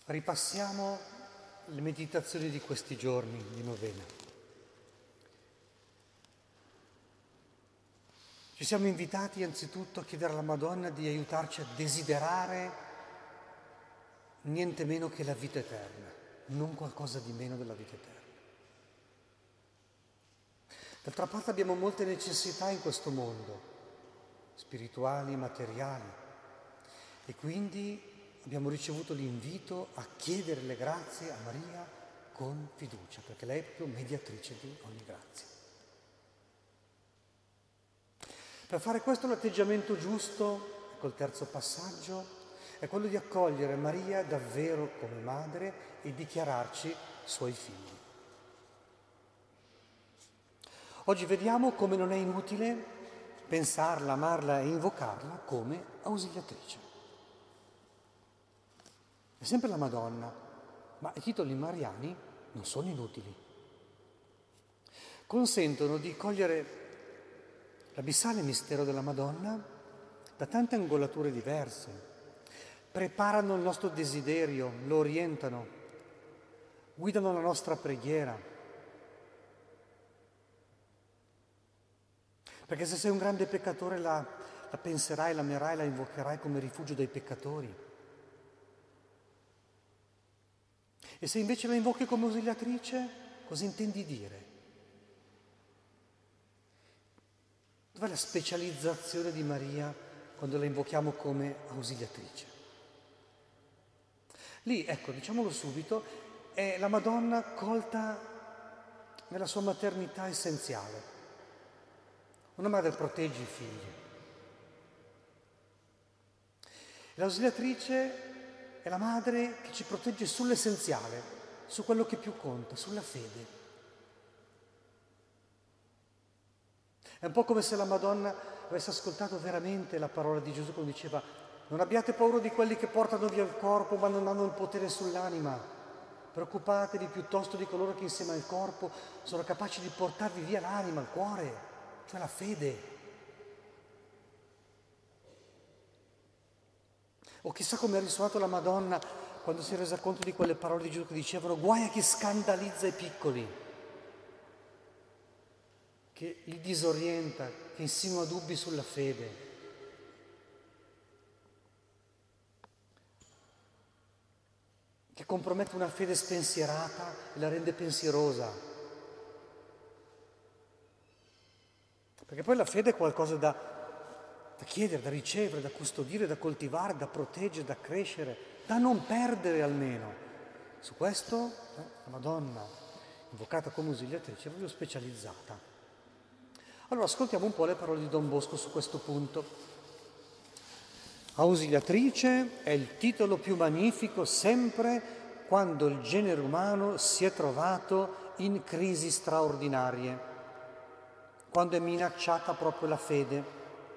Ripassiamo le meditazioni di questi giorni di novena. Ci siamo invitati anzitutto a chiedere alla Madonna di aiutarci a desiderare niente meno che la vita eterna, non qualcosa di meno della vita eterna. D'altra parte abbiamo molte necessità in questo mondo, spirituali e materiali, e quindi abbiamo ricevuto l'invito a chiedere le grazie a Maria con fiducia, perché lei è proprio mediatrice di ogni grazia. Per fare questo l'atteggiamento giusto, col terzo passaggio, è quello di accogliere Maria davvero come madre e dichiararci suoi figli. Oggi vediamo come non è inutile pensarla, amarla e invocarla come ausiliatrice. È sempre la Madonna, ma i titoli mariani non sono inutili. Consentono di cogliere l'abissale mistero della Madonna da tante angolature diverse. Preparano il nostro desiderio, lo orientano, guidano la nostra preghiera. Perché se sei un grande peccatore la penserai, la amerai, la invocherai come rifugio dei peccatori. E se invece la invochi come ausiliatrice, cosa intendi dire? Dov'è la specializzazione di Maria quando la invochiamo come ausiliatrice? Lì, ecco, diciamolo subito, è la Madonna colta nella sua maternità essenziale. Una madre protegge i figli. L'ausiliatrice è la madre che ci protegge sull'essenziale, su quello che più conta, sulla fede. È un po' come se la Madonna avesse ascoltato veramente la parola di Gesù quando diceva: non abbiate paura di quelli che portano via il corpo ma non hanno il potere sull'anima. Preoccupatevi piuttosto di coloro che insieme al corpo sono capaci di portarvi via l'anima, il cuore, cioè la fede. O chissà come ha risuonato la Madonna quando si è resa conto di quelle parole di Gesù che dicevano: guai a chi scandalizza i piccoli, che li disorienta, che insinua dubbi sulla fede. Che compromette una fede spensierata e la rende pensierosa. Perché poi la fede è qualcosa da chiedere, da ricevere, da custodire, da coltivare, da proteggere, da crescere, da non perdere almeno. Su questo la Madonna, invocata come ausiliatrice, è proprio specializzata. Allora ascoltiamo un po' le parole di Don Bosco su questo punto. Ausiliatrice è il titolo più magnifico sempre quando il genere umano si è trovato in crisi straordinarie, quando è minacciata proprio la fede.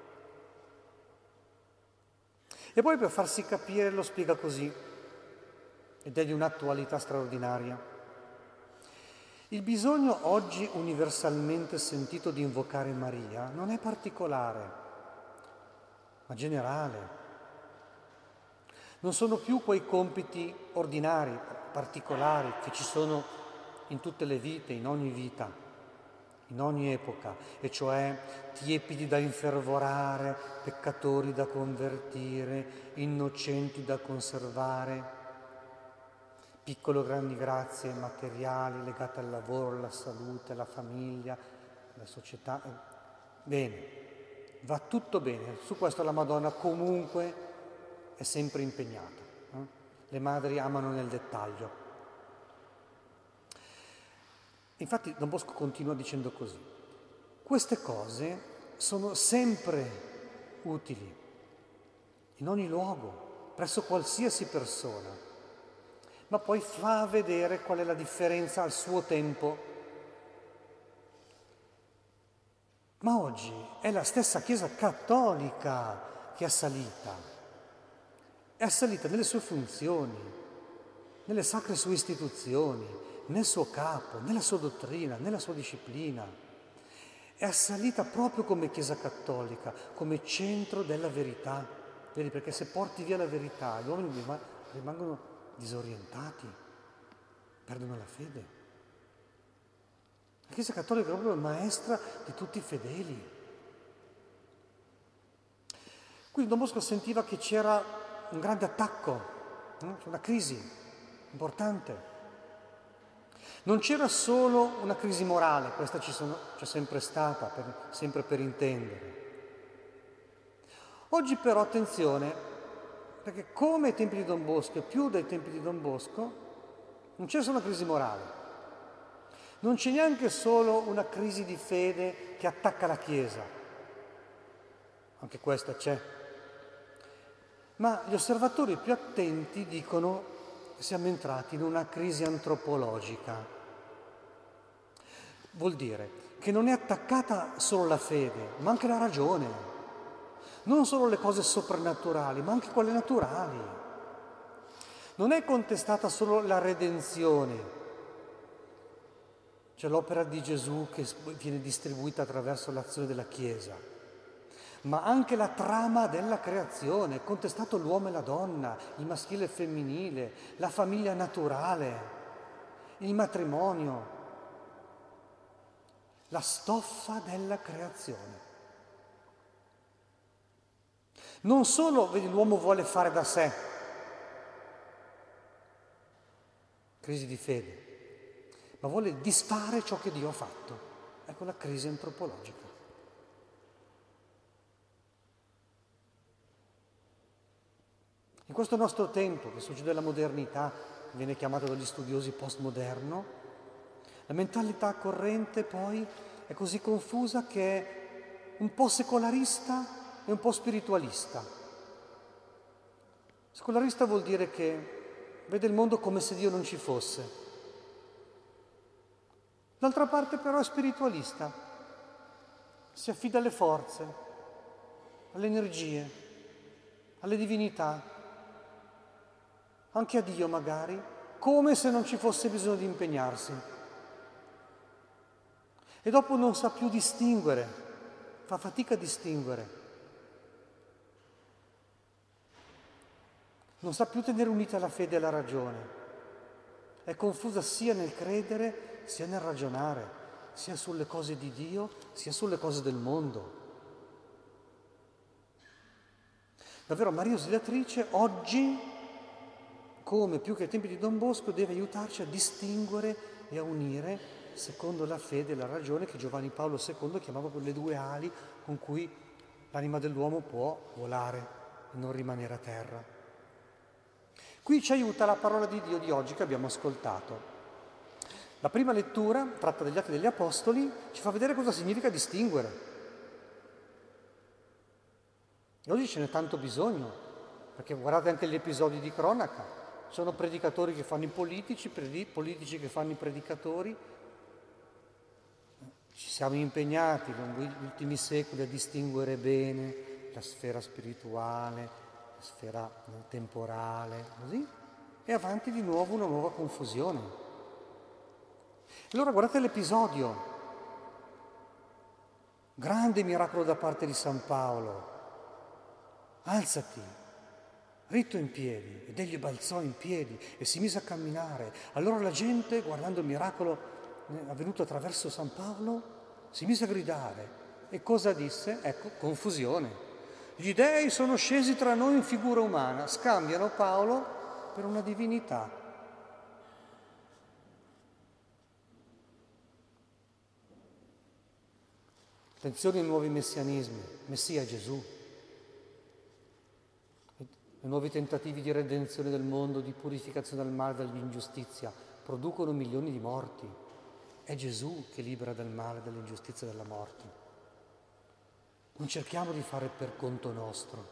E poi per farsi capire lo spiega così, ed è di un'attualità straordinaria. Il bisogno oggi universalmente sentito di invocare Maria non è particolare, ma generale. Non sono più quei compiti ordinari, particolari, che ci sono in tutte le vite, in ogni vita, in ogni epoca, e cioè tiepidi da infervorare, peccatori da convertire, innocenti da conservare, piccole o grandi grazie materiali legate al lavoro, alla salute, alla famiglia, alla società. Bene, va tutto bene, su questo la Madonna comunque è sempre impegnata. Le madri amano nel dettaglio. Infatti Don Bosco continua dicendo così: queste cose sono sempre utili, in ogni luogo, presso qualsiasi persona, ma poi fa vedere qual è la differenza al suo tempo. Ma oggi è la stessa Chiesa cattolica che è assalita nelle sue funzioni, nelle sacre sue istituzioni, nel suo capo, nella sua dottrina, nella sua disciplina. È assalita proprio come Chiesa cattolica, come centro della verità. Vedi, perché se porti via la verità, gli uomini rimangono disorientati, perdono la fede. La Chiesa Cattolica è proprio maestra di tutti i fedeli. Quindi Don Bosco sentiva che c'era un grande attacco, una crisi importante. Non c'era solo una crisi morale, questa c'è sempre stata, sempre per intendere. Oggi però attenzione, perché come ai tempi di Don Bosco e più dai tempi di Don Bosco, non c'è solo una crisi morale, non c'è neanche solo una crisi di fede che attacca la Chiesa, anche questa c'è, ma gli osservatori più attenti dicono che siamo entrati in una crisi antropologica. Vuol dire che non è attaccata solo la fede, ma anche la ragione, non solo le cose soprannaturali, ma anche quelle naturali. Non è contestata solo la redenzione, cioè l'opera di Gesù che viene distribuita attraverso l'azione della Chiesa, ma anche la trama della creazione, è contestato l'uomo e la donna, il maschile e il femminile, la famiglia naturale, il matrimonio, la stoffa della creazione. Non solo, vedi, l'uomo vuole fare da sé, crisi di fede, ma vuole disfare ciò che Dio ha fatto. Ecco la crisi antropologica. In questo nostro tempo, che succede alla modernità, viene chiamato dagli studiosi postmoderno, la mentalità corrente poi è così confusa che è un po' secolarista e un po' spiritualista. Secolarista vuol dire che vede il mondo come se Dio non ci fosse. D'altra parte però è spiritualista, si affida alle forze, alle energie, alle divinità, anche a Dio magari, come se non ci fosse bisogno di impegnarsi. E dopo non sa più distinguere, fa fatica a distinguere. Non sa più tenere unita la fede e la ragione. È confusa sia nel credere, sia nel ragionare, sia sulle cose di Dio, sia sulle cose del mondo. Davvero Maria Ausiliatrice oggi, come più che ai tempi di Don Bosco, deve aiutarci a distinguere e a unire secondo la fede e la ragione che Giovanni Paolo II chiamava quelle due ali con cui l'anima dell'uomo può volare e non rimanere a terra. Qui ci aiuta la parola di Dio di oggi che abbiamo ascoltato. La prima lettura, tratta dagli Atti degli Apostoli, ci fa vedere cosa significa distinguere. E oggi ce n'è tanto bisogno, perché guardate anche gli episodi di cronaca. Sono predicatori che fanno i politici, politici che fanno i predicatori. Ci siamo impegnati lungo gli ultimi secoli a distinguere bene la sfera spirituale, la sfera temporale, così, e avanti di nuovo una nuova confusione. Allora guardate l'episodio, grande miracolo da parte di San Paolo, alzati, ritto in piedi, ed egli balzò in piedi e si mise a camminare. Allora la gente, guardando il miracolo avvenuto attraverso San Paolo, si mise a gridare. E cosa disse? Ecco, confusione. Gli dei sono scesi tra noi in figura umana, scambiano Paolo per una divinità. Attenzione ai nuovi messianismi, Messia Gesù. I nuovi tentativi di redenzione del mondo, di purificazione dal male e dall'ingiustizia, producono milioni di morti. È Gesù che libera dal male, dall'ingiustizia e dalla morte. Non cerchiamo di fare per conto nostro.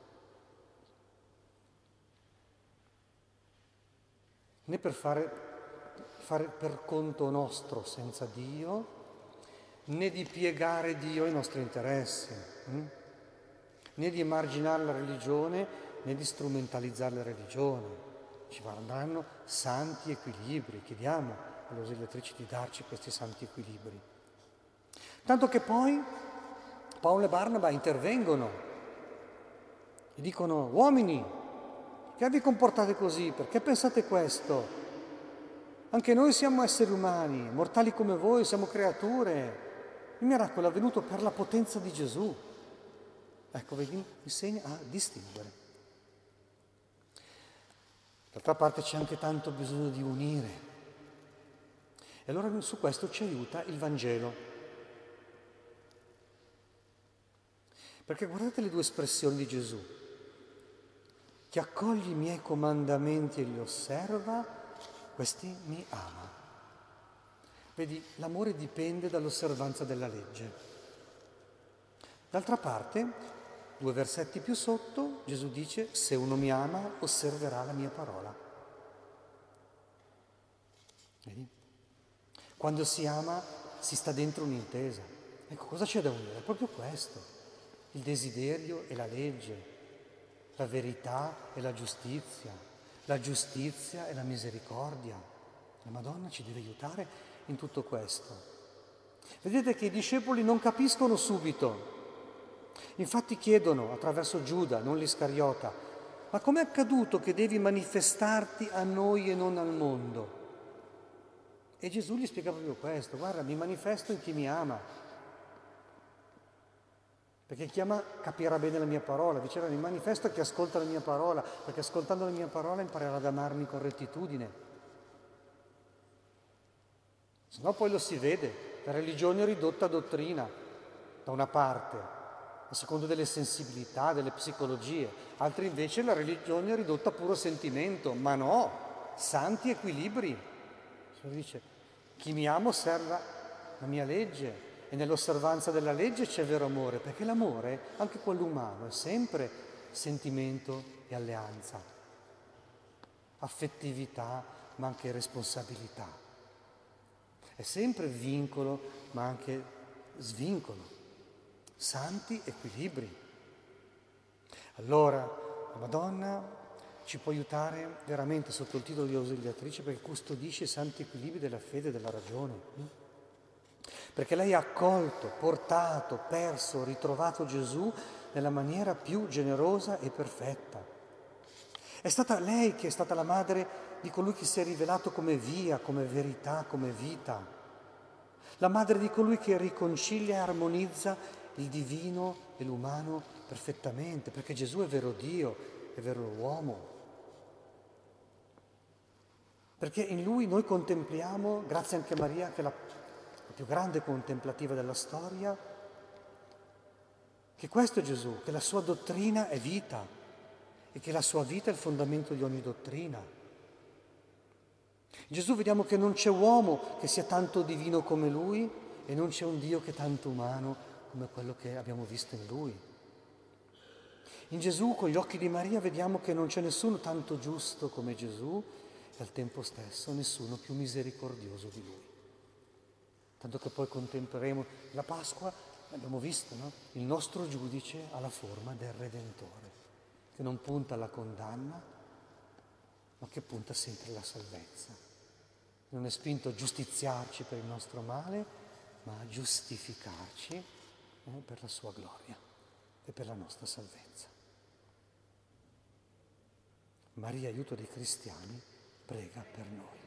Né per fare per conto nostro senza Dio, né di piegare Dio ai nostri interessi, né di emarginare la religione, né di strumentalizzare la religione. Ci vorranno santi equilibri, chiediamo alle ausiliatrici di darci questi santi equilibri. Tanto che poi Paolo e Barnaba intervengono e dicono: uomini, Perché vi comportate così? Perché pensate questo? Anche noi siamo esseri umani, mortali come voi, siamo creature. Il miracolo è avvenuto per la potenza di Gesù. Ecco, vedi, insegna a distinguere. D'altra parte c'è anche tanto bisogno di unire. E allora su questo ci aiuta il Vangelo. Perché guardate le due espressioni di Gesù. Chi accoglie i miei comandamenti e li osserva, questi mi ama. Vedi, l'amore dipende dall'osservanza della legge. D'altra parte, 2 versetti più sotto, Gesù dice: se uno mi ama, osserverà la mia parola. Vedi? Quando si ama, si sta dentro un'intesa. Ecco, cosa c'è da unire? È proprio questo. Il desiderio e la legge, la verità e la giustizia e la misericordia. La Madonna ci deve aiutare in tutto questo. Vedete che i discepoli non capiscono subito. Infatti chiedono attraverso Giuda, non l'Iscariota: ma com'è accaduto che devi manifestarti a noi e non al mondo? E Gesù gli spiega proprio questo: guarda, mi manifesto in chi mi ama. Perché chi ama capirà bene la mia parola. Diceva, mi manifesto a chi ascolta la mia parola, perché ascoltando la mia parola imparerà ad amarmi con rettitudine. Se no poi lo si vede, la religione è ridotta a dottrina, da una parte, a seconda delle sensibilità, delle psicologie. Altri invece la religione è ridotta a puro sentimento, ma no, santi equilibri. Il Signore dice, chi mi ama osserva la mia legge. E nell'osservanza della legge c'è vero amore, perché l'amore, anche quello umano, è sempre sentimento e alleanza, affettività, ma anche responsabilità. È sempre vincolo, ma anche svincolo. Santi equilibri. Allora, la Madonna ci può aiutare veramente sotto il titolo di ausiliatrice, perché custodisce i santi equilibri della fede e della ragione. Perché lei ha accolto, portato, perso, ritrovato Gesù nella maniera più generosa e perfetta. È stata lei che è stata la madre di colui che si è rivelato come via, come verità, come vita. La madre di colui che riconcilia e armonizza il divino e l'umano perfettamente, perché Gesù è vero Dio, è vero uomo. Perché in lui noi contempliamo, grazie anche a Maria, che è la più grande contemplativa della storia, che questo è Gesù, che la sua dottrina è vita e che la sua vita è il fondamento di ogni dottrina. In Gesù vediamo che non c'è uomo che sia tanto divino come lui e non c'è un Dio che è tanto umano come quello che abbiamo visto in lui. In Gesù, con gli occhi di Maria, vediamo che non c'è nessuno tanto giusto come Gesù e al tempo stesso nessuno più misericordioso di lui. Tanto che poi contempleremo la Pasqua, abbiamo visto, no? Il nostro giudice ha la forma del Redentore, che non punta alla condanna, ma che punta sempre alla salvezza. Non è spinto a giustiziarci per il nostro male, ma a giustificarci per la sua gloria e per la nostra salvezza. Maria, aiuto dei cristiani, prega per noi.